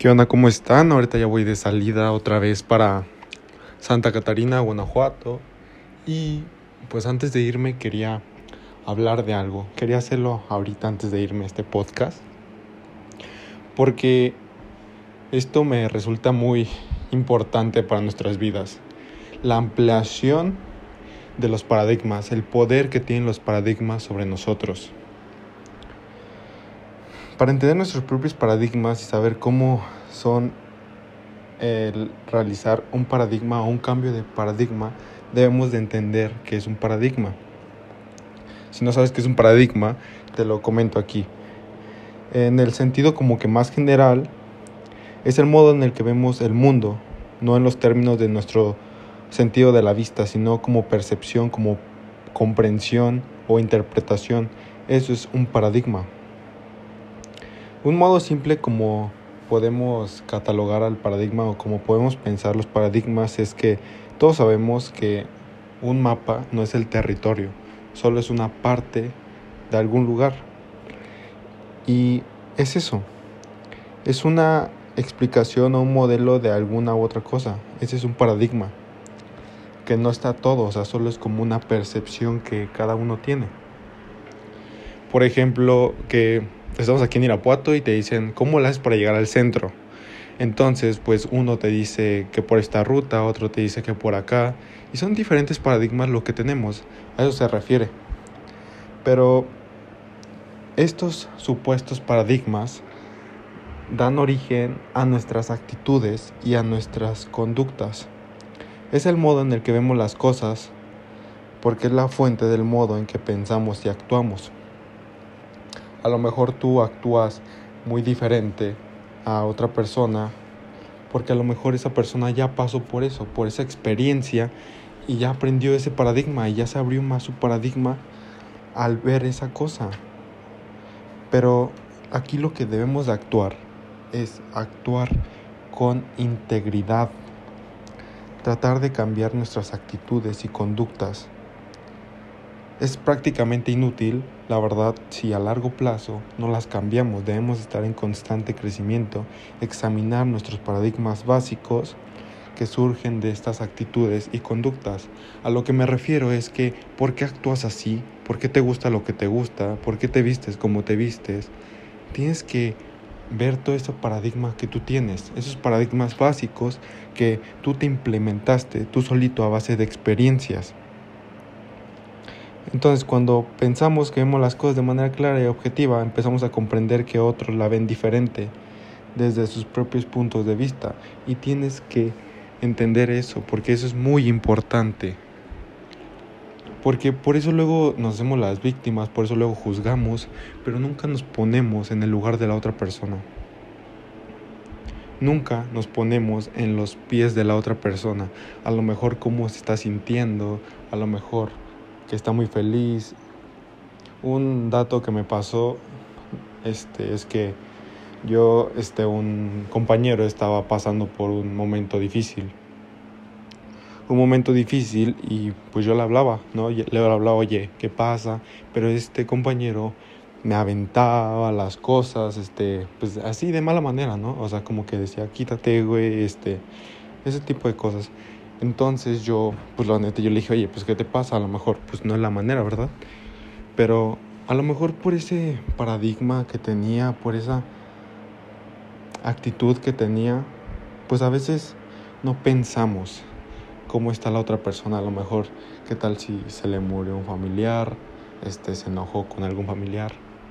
¿Qué onda? ¿Cómo están? Ahorita ya voy de salida otra vez para Santa Catarina, Guanajuato. Y pues antes de irme quería hablar de algo. Quería hacerlo ahorita antes de irme a este podcast. Porque esto me resulta muy importante para nuestras vidas. La ampliación de los paradigmas, el poder que tienen los paradigmas sobre nosotros. Para entender nuestros propios paradigmas y saber cómo son el realizar un paradigma o un cambio de paradigma, debemos de entender qué es un paradigma. Si no sabes qué es un paradigma, te lo comento aquí. En el sentido como que más general, es el modo en el que vemos el mundo, no en los términos de nuestro sentido de la vista, sino como percepción, como comprensión o interpretación. Eso es un paradigma. Un modo simple como podemos catalogar al paradigma o como podemos pensar los paradigmas es que todos sabemos que un mapa no es el territorio, solo es una parte de algún lugar. Y es eso, es una explicación o un modelo de alguna u otra cosa. Ese es un paradigma, que no está todo, o sea, solo es como una percepción que cada uno tiene. Por ejemplo, que estamos aquí en Irapuato y te dicen, ¿cómo lo haces para llegar al centro? Entonces, pues uno te dice que por esta ruta, otro te dice que por acá. Y son diferentes paradigmas lo que tenemos, a eso se refiere. Pero estos supuestos paradigmas dan origen a nuestras actitudes y a nuestras conductas. Es el modo en el que vemos las cosas, porque es la fuente del modo en que pensamos y actuamos. A lo mejor tú actúas muy diferente a otra persona, porque a lo mejor esa persona ya pasó por eso, por esa experiencia, y ya aprendió ese paradigma, y ya se abrió más su paradigma al ver esa cosa. Pero aquí lo que debemos de actuar es actuar con integridad, tratar de cambiar nuestras actitudes y conductas. Es prácticamente inútil, la verdad, si a largo plazo no las cambiamos. Debemos estar en constante crecimiento, examinar nuestros paradigmas básicos que surgen de estas actitudes y conductas. A lo que me refiero es que, ¿por qué actúas así? ¿Por qué te gusta lo que te gusta? ¿Por qué te vistes como te vistes? Tienes que ver todo ese paradigma que tú tienes, esos paradigmas básicos que tú te implementaste tú solito a base de experiencias. Entonces, cuando pensamos que vemos las cosas de manera clara y objetiva, empezamos a comprender que otros la ven diferente desde sus propios puntos de vista. Y tienes que entender eso, porque eso es muy importante. Porque por eso luego nos hacemos las víctimas, por eso luego juzgamos, pero nunca nos ponemos en el lugar de la otra persona. Nunca nos ponemos en los pies de la otra persona. A lo mejor cómo se está sintiendo, a lo mejor que está muy feliz. Un dato que me pasó es que yo, un compañero estaba pasando por un momento difícil. Y pues yo le hablaba, ¿no? Le hablaba, oye, ¿qué pasa? Pero este compañero me aventaba las cosas, pues así de mala manera, ¿no? O sea, como que decía, quítate, güey, ese tipo de cosas. Entonces yo, pues la neta, yo le dije, oye, pues ¿qué te pasa? A lo mejor, pues no es la manera, ¿verdad? Pero a lo mejor por ese paradigma que tenía, por esa actitud que tenía, pues a veces no pensamos cómo está la otra persona. A lo mejor, ¿qué tal si se le murió un familiar? Se enojó con algún familiar.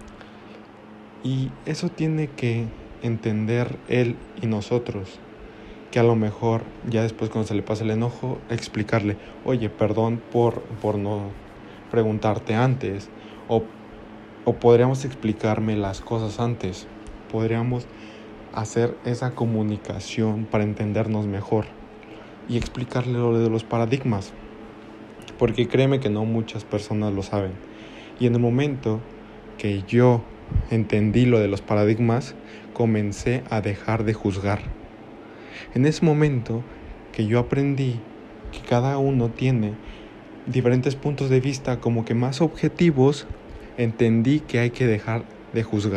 Y eso tiene que entender él y nosotros. Que a lo mejor ya después cuando se le pase el enojo, explicarle, oye, perdón por no preguntarte antes, o podríamos explicarme las cosas antes, podríamos hacer esa comunicación para entendernos mejor y explicarle lo de los paradigmas, porque créeme que no muchas personas lo saben. Y en el momento que yo entendí lo de los paradigmas, comencé a dejar de juzgar. En ese momento que yo aprendí que cada uno tiene diferentes puntos de vista como que más objetivos, entendí que hay que dejar de juzgar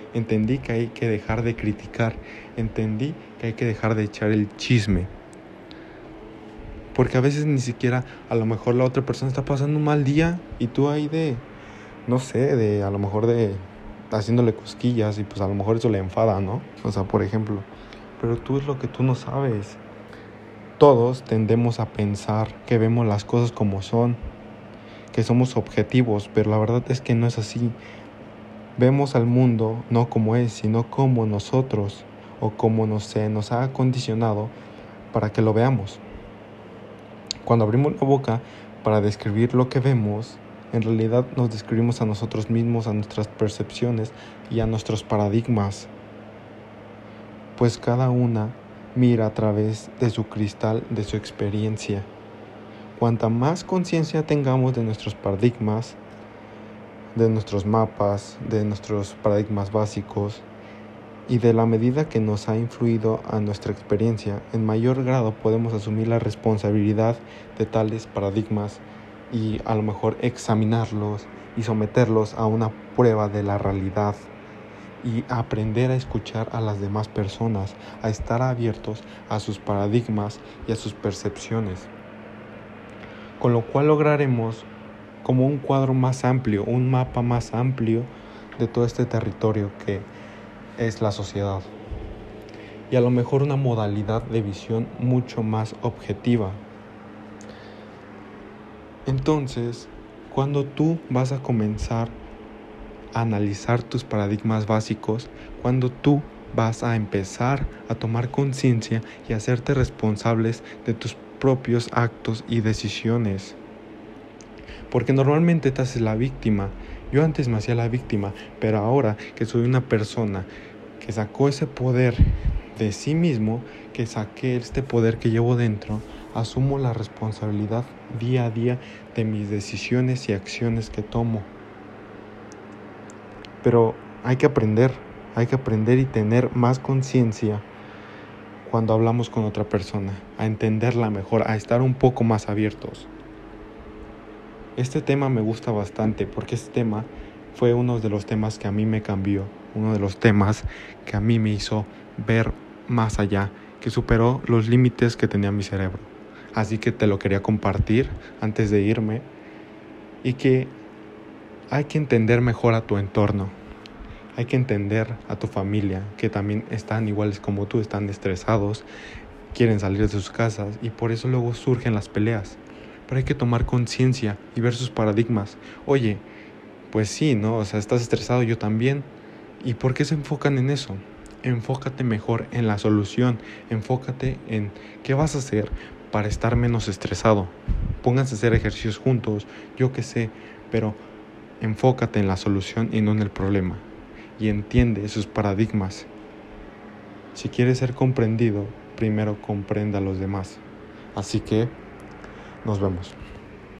Entendí que hay que dejar de criticar. Entendí que hay que dejar de echar el chisme. Porque a veces ni siquiera, a lo mejor la otra persona está pasando un mal día y tú ahí a lo mejor haciéndole cosquillas y pues a lo mejor eso le enfada, ¿no? O sea, por ejemplo, pero tú es lo que tú no sabes. Todos tendemos a pensar que vemos las cosas como son, que somos objetivos, pero la verdad es que no es así. Vemos al mundo no como es, sino como nosotros o como se nos ha acondicionado para que lo veamos. Cuando abrimos la boca para describir lo que vemos, en realidad nos describimos a nosotros mismos, a nuestras percepciones y a nuestros paradigmas, pues cada una mira a través de su cristal, de su experiencia. Cuanta más conciencia tengamos de nuestros paradigmas, de nuestros mapas, de nuestros paradigmas básicos y de la medida que nos ha influido a nuestra experiencia, en mayor grado podemos asumir la responsabilidad de tales paradigmas y a lo mejor examinarlos y someterlos a una prueba de la realidad y aprender a escuchar a las demás personas, a estar abiertos a sus paradigmas y a sus percepciones, con lo cual lograremos como un cuadro más amplio, un mapa más amplio de todo este territorio que es la sociedad. Y a lo mejor una modalidad de visión mucho más objetiva. Entonces, cuando tú vas a comenzar a analizar tus paradigmas básicos, cuando tú vas a empezar a tomar conciencia y a hacerte responsables de tus propios actos y decisiones. Porque normalmente te haces la víctima. Yo antes me hacía la víctima, pero ahora que soy una persona que sacó ese poder de sí mismo, que saqué este poder que llevo dentro, asumo la responsabilidad día a día de mis decisiones y acciones que tomo. Pero hay que aprender y tener más conciencia cuando hablamos con otra persona, a entenderla mejor, a estar un poco más abiertos. Este tema me gusta bastante porque este tema fue uno de los temas que a mí me cambió, uno de los temas que a mí me hizo ver más allá, que superó los límites que tenía mi cerebro. Así que te lo quería compartir antes de irme y que hay que entender mejor a tu entorno. Hay que entender a tu familia, que también están iguales como tú, están estresados, quieren salir de sus casas y por eso luego surgen las peleas. Pero hay que tomar conciencia y ver sus paradigmas. Oye, pues sí, ¿no? O sea, estás estresado, yo también. ¿Y por qué se enfocan en eso? Enfócate mejor en la solución. Enfócate en qué vas a hacer para estar menos estresado. Pónganse a hacer ejercicios juntos, yo qué sé, pero enfócate en la solución y no en el problema. Y entiende sus paradigmas. Si quieres ser comprendido, primero comprenda a los demás. Así que nos vemos.